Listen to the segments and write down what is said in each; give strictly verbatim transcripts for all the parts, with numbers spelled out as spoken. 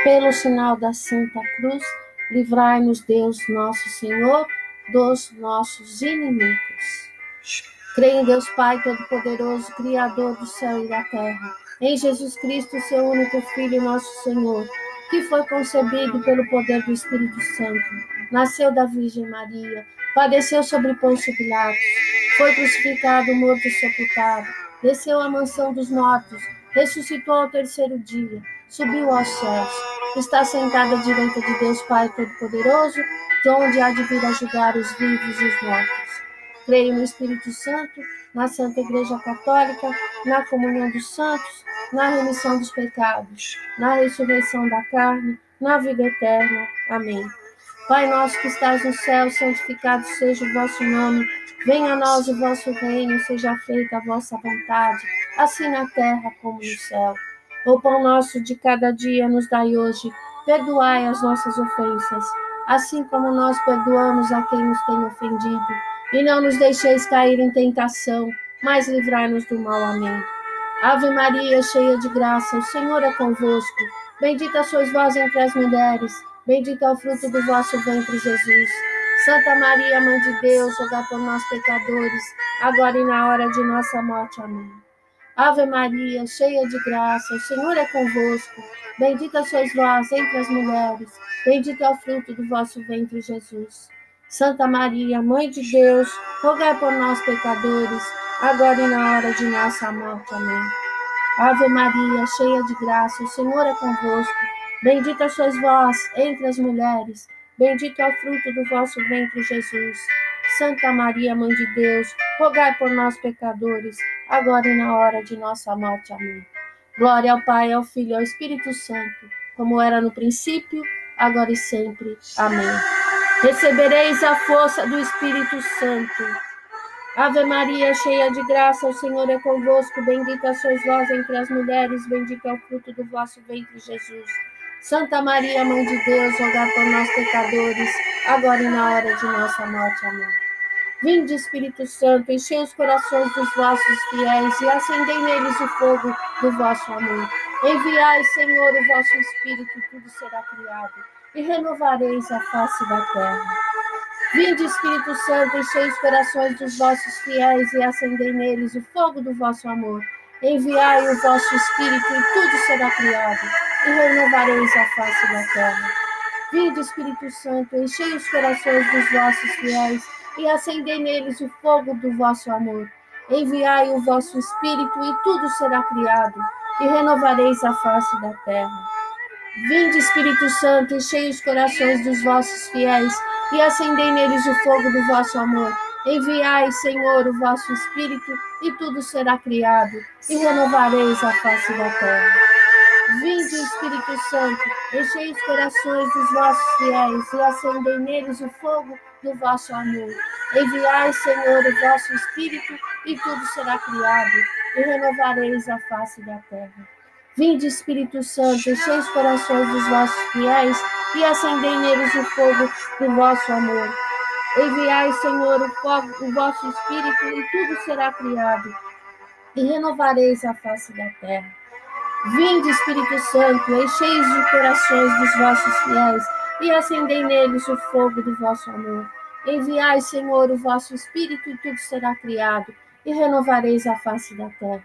Pelo sinal da Santa Cruz, livrai-nos Deus nosso Senhor dos nossos inimigos. Creio em Deus Pai Todo-Poderoso, Criador do céu e da terra, em Jesus Cristo, seu único Filho, nosso Senhor, que foi concebido pelo poder do Espírito Santo, nasceu da Virgem Maria, padeceu sobre Pôncio Pilatos, foi crucificado, morto e sepultado, desceu à mansão dos mortos, ressuscitou ao terceiro dia, subiu aos céus, está sentado à direita de Deus Pai Todo-Poderoso, de onde há de vir a julgar os vivos e os mortos. Creio no Espírito Santo, na Santa Igreja Católica, na comunhão dos santos, na remissão dos pecados, na ressurreição da carne, na vida eterna. Amém. Pai nosso que estás no céu, santificado seja o vosso nome. Venha a nós o vosso reino, seja feita a vossa vontade, assim na terra como no céu. O pão nosso de cada dia nos dai hoje. Perdoai as nossas ofensas, assim como nós perdoamos a quem nos tem ofendido. E não nos deixeis cair em tentação, mas livrai-nos do mal. Amém. Ave Maria, cheia de graça, o Senhor é convosco. Bendita sois vós entre as mulheres, bendito é o fruto do vosso ventre, Jesus. Santa Maria, Mãe de Deus, rogai por nós, pecadores, agora e na hora de nossa morte. Amém. Ave Maria, cheia de graça, o Senhor é convosco. Bendita sois vós entre as mulheres, bendito é o fruto do vosso ventre, Jesus. Santa Maria, Mãe de Deus, rogai por nós, pecadores, agora e na hora de nossa morte. Amém. Ave Maria, cheia de graça, o Senhor é convosco. Bendita sois vós entre as mulheres, bendito é o fruto do vosso ventre, Jesus. Santa Maria, Mãe de Deus, rogai por nós, pecadores, agora e na hora de nossa morte. Amém. Glória ao Pai, ao Filho e ao Espírito Santo, como era no princípio, agora e sempre. Amém. Recebereis a força do Espírito Santo. Ave Maria, cheia de graça, o Senhor é convosco. Bendita sois vós entre as mulheres, bendito é o fruto do vosso ventre, Jesus. Santa Maria, Mãe de Deus, rogai por nós, pecadores, agora e na hora de nossa morte. Amém. Vinde, Espírito Santo, enchei os corações dos vossos fiéis e acendei neles o fogo do vosso amor. Enviai, Senhor, o vosso Espírito, e tudo será criado, e renovareis a face da terra. Vinde, Espírito Santo, enchei os corações dos vossos fiéis e acendei neles o fogo do vosso amor. Enviai o vosso Espírito e tudo será criado, e renovareis a face da terra. Vinde, Espírito Santo, enchei os corações dos vossos fiéis e acendei neles o fogo do vosso amor. Enviai o vosso Espírito e tudo será criado, e renovareis a face da terra. Vinde, Espírito Santo, enchei os corações dos vossos fiéis e acendei neles o fogo do vosso amor. Enviai, Senhor, o vosso Espírito, e tudo será criado, e renovareis a face da terra. Vinde, Espírito Santo, enchei os corações dos vossos fiéis e acendei neles o fogo do vosso amor. Enviai, Senhor, o vosso Espírito, e tudo será criado, e renovareis a face da terra. Vinde, Espírito Santo, enchei os corações dos vossos fiéis e acendei neles o fogo do vosso amor. Enviai, Senhor, o, fogo, o vosso Espírito, e tudo será criado, e renovareis a face da terra. Vinde, Espírito Santo, enchei os corações dos vossos fiéis e acendei neles o fogo do vosso amor. Enviai, Senhor, o vosso Espírito, e tudo será criado, e renovareis a face da terra.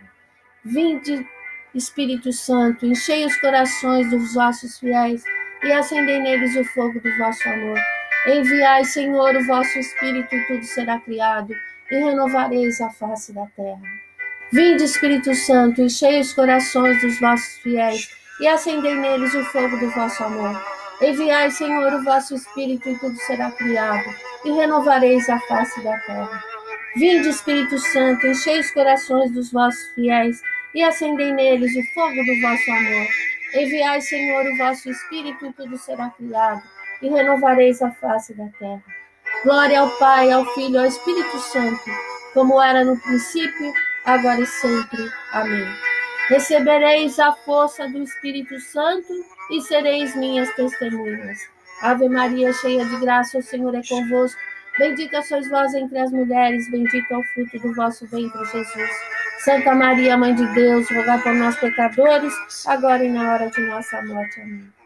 Vinde, Espírito Santo, enchei os corações dos vossos fiéis e acendei neles o fogo do vosso amor. Enviai, Senhor, o vosso Espírito, e tudo será criado, e renovareis a face da terra. Vinde, Espírito Santo, enchei os corações dos vossos fiéis e acendei neles o fogo do vosso amor. Enviai, Senhor, o vosso Espírito, e tudo será criado, e renovareis a face da terra. Vinde, Espírito Santo, enchei os corações dos vossos fiéis e acendei neles o fogo do vosso amor. Enviai, Senhor, o vosso Espírito, e tudo será criado, e renovareis a face da terra. Glória ao Pai, ao Filho e ao Espírito Santo, como era no princípio, agora e sempre. Amém. Recebereis a força do Espírito Santo e sereis minhas testemunhas. Ave Maria, cheia de graça, o Senhor é convosco. Bendita sois vós entre as mulheres, bendito é o fruto do vosso ventre, Jesus. Santa Maria, Mãe de Deus, rogai por nós, pecadores, agora e na hora de nossa morte. Amém.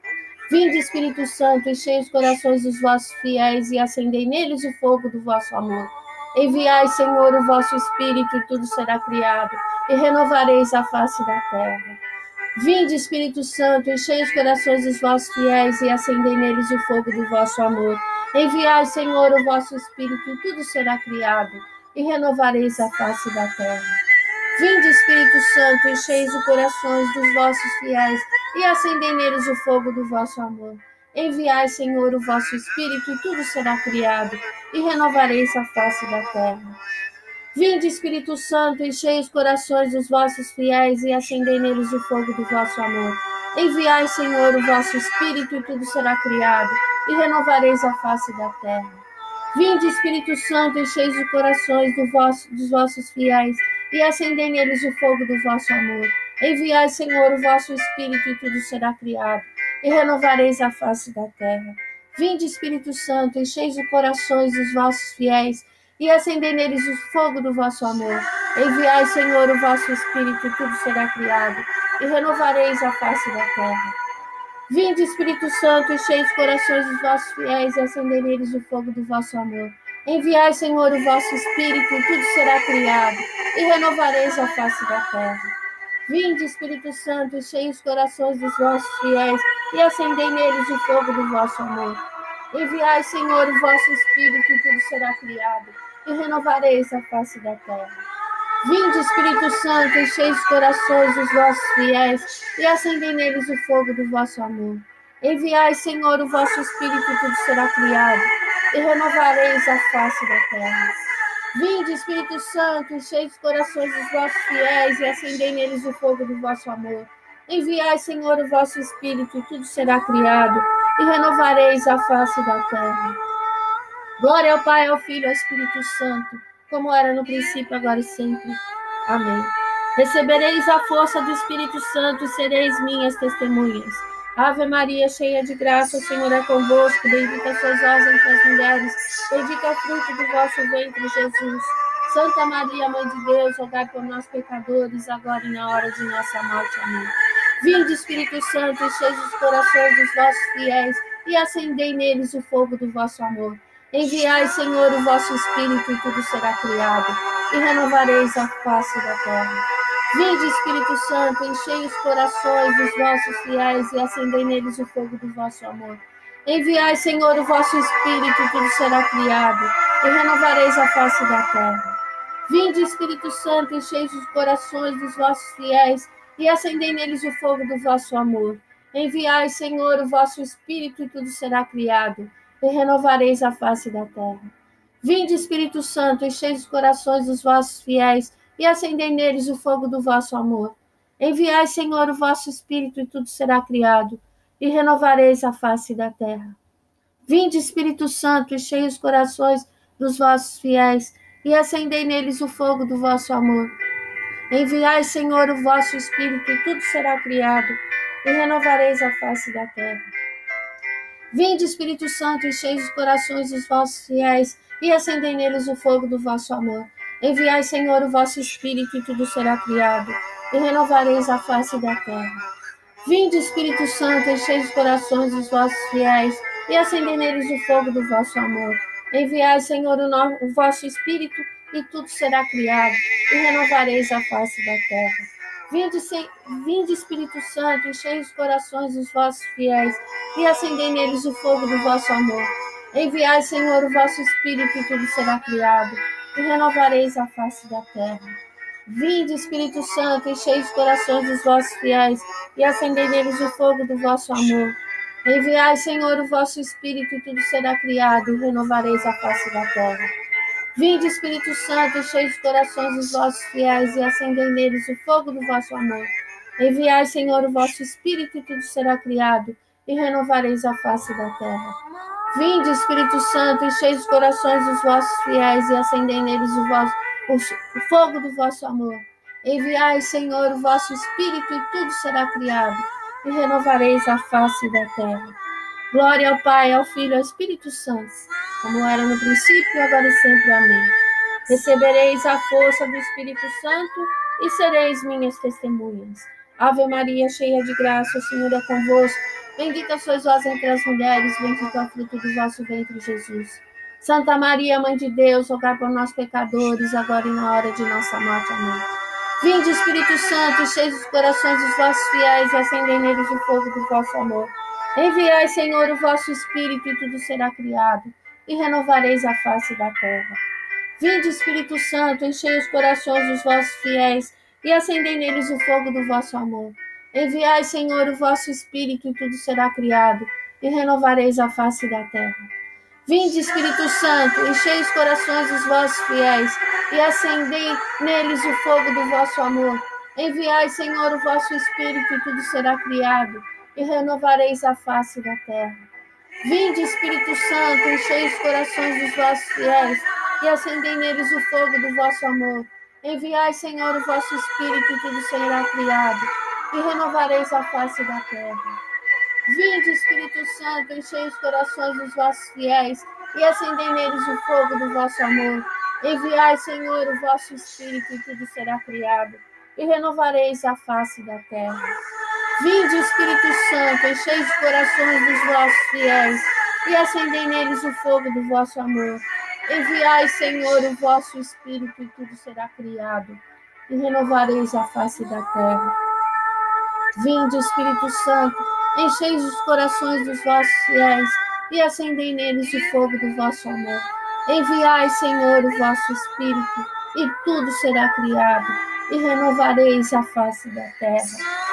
Vinde, Espírito Santo, enchei os corações dos vossos fiéis e acendei neles o fogo do vosso amor. Enviai, Senhor, o vosso Espírito e tudo será criado, e renovareis a face da terra. Vinde, Espírito Santo, enchei os corações dos vossos fiéis e acendei neles o fogo do vosso amor. Enviai, Senhor, o vosso Espírito e tudo será criado, e renovareis a face da terra. Vinde, Espírito Santo, enchei os corações dos vossos fiéis e acendei neles o fogo do vosso amor. Enviai, Senhor, o vosso Espírito e tudo será criado, e renovareis a face da terra. Vinde, Espírito Santo, enchei os corações dos vossos fiéis e acendei neles o fogo do vosso amor. Enviai, Senhor, o vosso Espírito e tudo será criado, e renovareis a face da terra. Vinde, Espírito Santo, enchei os corações do vosso, dos vossos fiéis e acendei neles o fogo do vosso amor. Enviai, Senhor, o vosso Espírito e tudo será criado, e renovareis a face da terra. Vinde, Espírito Santo, enchei os corações dos vossos fiéis e acendei neles o fogo do vosso amor. Enviai, Senhor, o vosso Espírito e tudo será criado, e renovareis a face da terra. Vinde, Espírito Santo, enchei os corações dos vossos fiéis e acendei neles o fogo do vosso amor. Enviai, Senhor, o vosso Espírito e tudo será criado, e renovareis a face da terra. Vinde, Espírito Santo, enchei os corações dos vossos fiéis e acendei neles o fogo do vosso amor. Enviai, Senhor, o vosso Espírito e tudo será criado, e renovareis a face da terra. Vinde, Espírito Santo, enchei os corações dos vossos fiéis e acendei neles o fogo do vosso amor. Enviai, Senhor, o vosso Espírito e tudo será criado, e renovareis a face da terra. Vinde, Espírito Santo, enchei os corações dos vossos fiéis e acendei neles o fogo do vosso amor. Enviai, Senhor, o vosso Espírito e tudo será criado, e renovareis a face da terra. Glória ao Pai, ao Filho e ao Espírito Santo, como era no princípio, agora e sempre. Amém. Recebereis a força do Espírito Santo e sereis minhas testemunhas. Ave Maria, cheia de graça, o Senhor é convosco, bendita sois vós entre as mulheres, bendito é o fruto do vosso ventre, Jesus. Santa Maria, Mãe de Deus, rogai por nós, pecadores, agora e na hora de nossa morte. Amém. Vinde, Espírito Santo, enchei os corações dos vossos fiéis e acendei neles o fogo do vosso amor. Enviai, Senhor, o vosso Espírito e tudo será criado, e renovareis a face da terra. Vinde, Espírito Santo, enchei os corações dos vossos fiéis e acendei neles o fogo do vosso amor. Enviai, Senhor, o vosso Espírito e tudo será criado, e renovareis a face da terra. Vinde, Espírito Santo, enchei os corações dos vossos fiéis e acendei neles o fogo do vosso amor. Enviai, Senhor, o vosso Espírito e tudo será criado, e renovareis a face da terra. Vinde, Espírito Santo, enchei os corações dos vossos fiéis e acendei neles o fogo do vosso amor. Enviai, Senhor, o vosso Espírito e tudo será criado, e renovareis a face da terra. Vinde, Espírito Santo, enchei os corações dos vossos fiéis e acendei neles o fogo do vosso amor. Enviai, Senhor, o vosso Espírito e tudo será criado, e renovareis a face da terra. Vinde, Espírito Santo, enchei os corações dos vossos fiéis e acendei neles o fogo do vosso amor. Enviai, Senhor, o vosso Espírito e tudo será criado, e renovareis a face da terra. Vinde, Espírito Santo, enchei os corações dos vossos fiéis e acendei neles o fogo do vosso amor. Enviai, Senhor, o, no... o vosso Espírito e tudo será criado, e renovareis a face da terra. Vinde, se... Vinde, Espírito Santo, enchei os corações dos vossos fiéis e acendei neles o fogo do vosso amor. Enviai, Senhor, o vosso Espírito e tudo será criado, e renovareis a face da terra. Vinde, Espírito Santo, enchei os corações dos vossos fiéis e acendei neles o fogo do vosso amor. Enviai, Senhor, o vosso Espírito e tudo será criado, e renovareis a face da terra. Vinde, Espírito Santo, enchei os corações dos vossos fiéis e acendei neles o fogo do vosso amor. Enviai, Senhor, o vosso Espírito e tudo será criado, e renovareis a face da terra. Vinde, Espírito Santo, enchei os corações dos vossos fiéis e acendei neles o, vosso, o, o fogo do vosso amor. Enviai, Senhor, o vosso Espírito e tudo será criado, e renovareis a face da terra. Glória ao Pai, ao Filho e ao Espírito Santo, como era no princípio, agora e sempre. Amém. Recebereis a força do Espírito Santo e sereis minhas testemunhas. Ave Maria, cheia de graça, o Senhor é convosco. Bendita sois vós entre as mulheres, bendito é o fruto do vosso ventre, Jesus. Santa Maria, Mãe de Deus, rogai por nós, pecadores, agora e na hora de nossa morte. Amém. Vinde, Espírito Santo, cheis os corações dos vossos fiéis e acendei neles o fogo do vosso amor. Enviai, Senhor, o vosso Espírito e tudo será criado, e renovareis a face da terra. Vinde, Espírito Santo, enchei os corações dos vossos fiéis e acendei neles o fogo do vosso amor. Enviai, Senhor, o vosso Espírito e tudo será criado, e renovareis a face da terra. Vinde, Espírito Santo, enchei os corações dos vossos fiéis e acendei neles o fogo do vosso amor. Enviai, Senhor, o vosso Espírito e tudo será criado, e renovareis a face da terra. Vinde, Espírito Santo, enchei os corações dos vossos fiéis e acendei neles o fogo do vosso amor. Enviai, Senhor, o vosso Espírito e tudo será criado, e renovareis a face da terra. Vinde, Espírito Santo, enchei os corações dos vossos fiéis e acendei neles o fogo do vosso amor. Enviai, Senhor, o vosso Espírito e tudo será criado, e renovareis a face da terra. Vinde, Espírito Santo, enchei os corações dos vossos fiéis e acendei neles o fogo do vosso amor. Enviai, Senhor, o vosso Espírito e tudo será criado, e renovareis a face da terra. Vinde, Espírito Santo, enchei os corações dos vossos fiéis e acendei neles o fogo do vosso amor. Enviai, Senhor, o vosso Espírito, e tudo será criado, e renovareis a face da terra.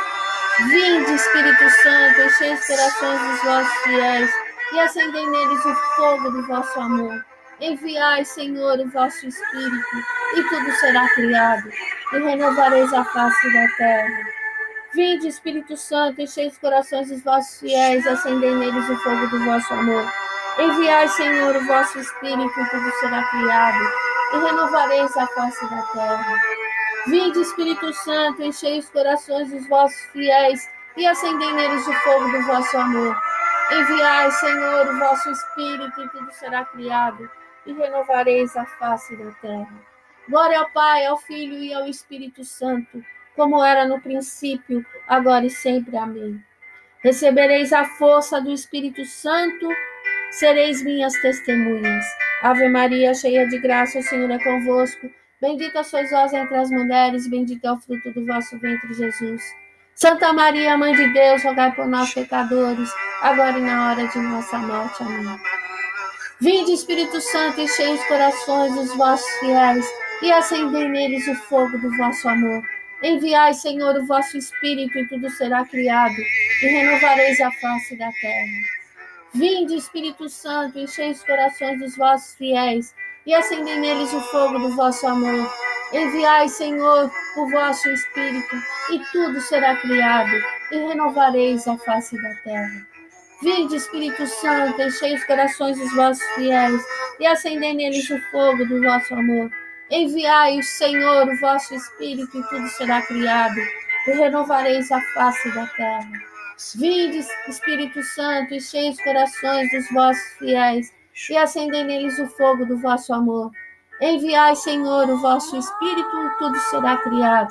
Vinde, Espírito Santo, enchei os corações dos vossos fiéis e acendei neles o fogo do vosso amor. Enviai, Senhor, o vosso Espírito, e tudo será criado, e renovareis a face da terra. Vinde, Espírito Santo, enchei os corações dos vossos fiéis e acendei neles o fogo do vosso amor. Enviai, Senhor, o vosso Espírito, e tudo será criado, e renovareis a face da terra. Vinde, Espírito Santo, enchei os corações dos vossos fiéis e acendei neles o fogo do vosso amor. Enviai, Senhor, o vosso Espírito, e tudo será criado, e renovareis a face da terra. Glória ao Pai, ao Filho e ao Espírito Santo, como era no princípio, agora e sempre. Amém. Recebereis a força do Espírito Santo, sereis minhas testemunhas. Ave Maria, cheia de graça, o Senhor é convosco. Bendita sois vós entre as mulheres, bendito é o fruto do vosso ventre, Jesus. Santa Maria, Mãe de Deus, rogai por nós, pecadores, agora e na hora de nossa morte. Amém. Vinde, Espírito Santo, enchei os corações dos vossos fiéis e acendei neles o fogo do vosso amor. Enviai, Senhor, o vosso Espírito, e tudo será criado, e renovareis a face da terra. Vinde, Espírito Santo, enchei os corações dos vossos fiéis e acendei neles o fogo do vosso amor. Enviai, Senhor, o vosso Espírito, e tudo será criado, e renovareis a face da terra. Vinde, Espírito Santo, enchei os corações dos vossos fiéis e acendei neles o fogo do vosso amor. Enviai, Senhor, o vosso Espírito, e tudo será criado, e renovareis a face da terra. Vinde, Espírito Santo, enchei os corações dos vossos fiéis e acendei neles o fogo do vosso amor. Enviai, Senhor, o vosso Espírito, e tudo será criado,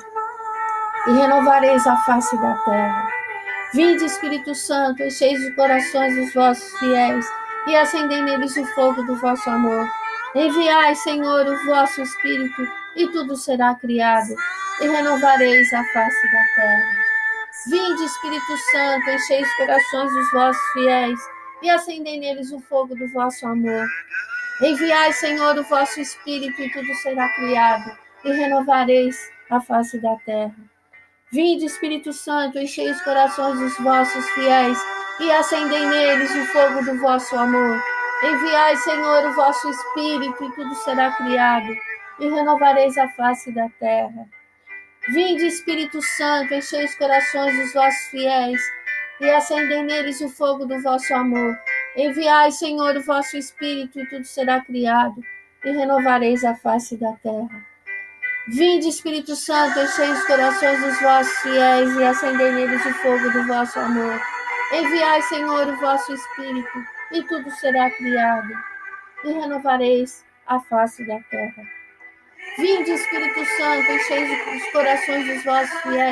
e renovareis a face da terra. Vinde, Espírito Santo, enchei os corações dos vossos fiéis e acendei neles o fogo do vosso amor. Enviai, Senhor, o vosso Espírito, e tudo será criado, e renovareis a face da terra. Vinde, Espírito Santo, enchei os corações dos vossos fiéis e acendei neles o fogo do vosso amor. Enviai, Senhor, o vosso Espírito, e tudo será criado, e renovareis a face da terra. Vinde, Espírito Santo, enchei os corações dos vossos fiéis e acendei neles o fogo do vosso amor. Enviai, Senhor, o vosso Espírito, e tudo será criado, e renovareis a face da terra. Vinde, Espírito Santo, enchei os corações dos vossos fiéis e acendei neles o fogo do vosso amor. Enviai, Senhor, o vosso Espírito, e tudo será criado, e renovareis a face da terra. Vinde, Espírito Santo, enchei os corações dos vossos fiéis e acendei neles o fogo do vosso amor. Enviai, Senhor, o vosso Espírito, e tudo será criado, e renovareis a face da terra. Vinde, Espírito Santo, enchei os corações dos vossos fiéis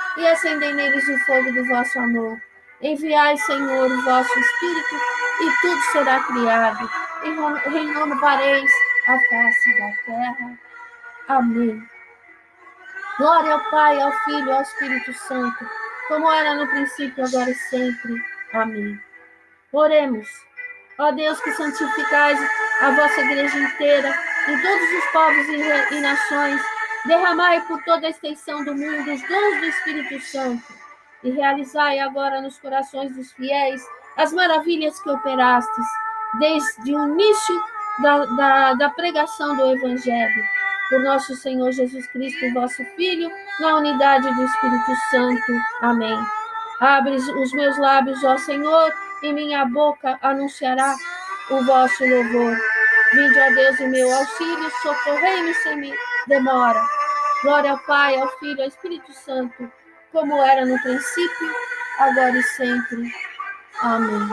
e acendei neles o fogo do vosso amor. Enviai, Senhor, o vosso Espírito, e tudo será criado, e renovareis a face da terra. Amém. Glória ao Pai, ao Filho e ao Espírito Santo, como era no princípio, agora e sempre. Amém. Oremos. Ó Deus, que santificais a vossa igreja inteira, em todos os povos e, e nações, derramai por toda a extensão do mundo os dons do Espírito Santo, e realizai agora nos corações dos fiéis as maravilhas que operastes, desde o início da, da, da pregação do Evangelho, por nosso Senhor Jesus Cristo, vosso Filho, na unidade do Espírito Santo. Amém. Abre os meus lábios, ó Senhor, e minha boca anunciará o vosso louvor. Vinde, ó Deus, em meu auxílio, socorrei-me sem demora. Glória ao Pai, ao Filho e ao Espírito Santo, como era no princípio, agora e sempre. Amém.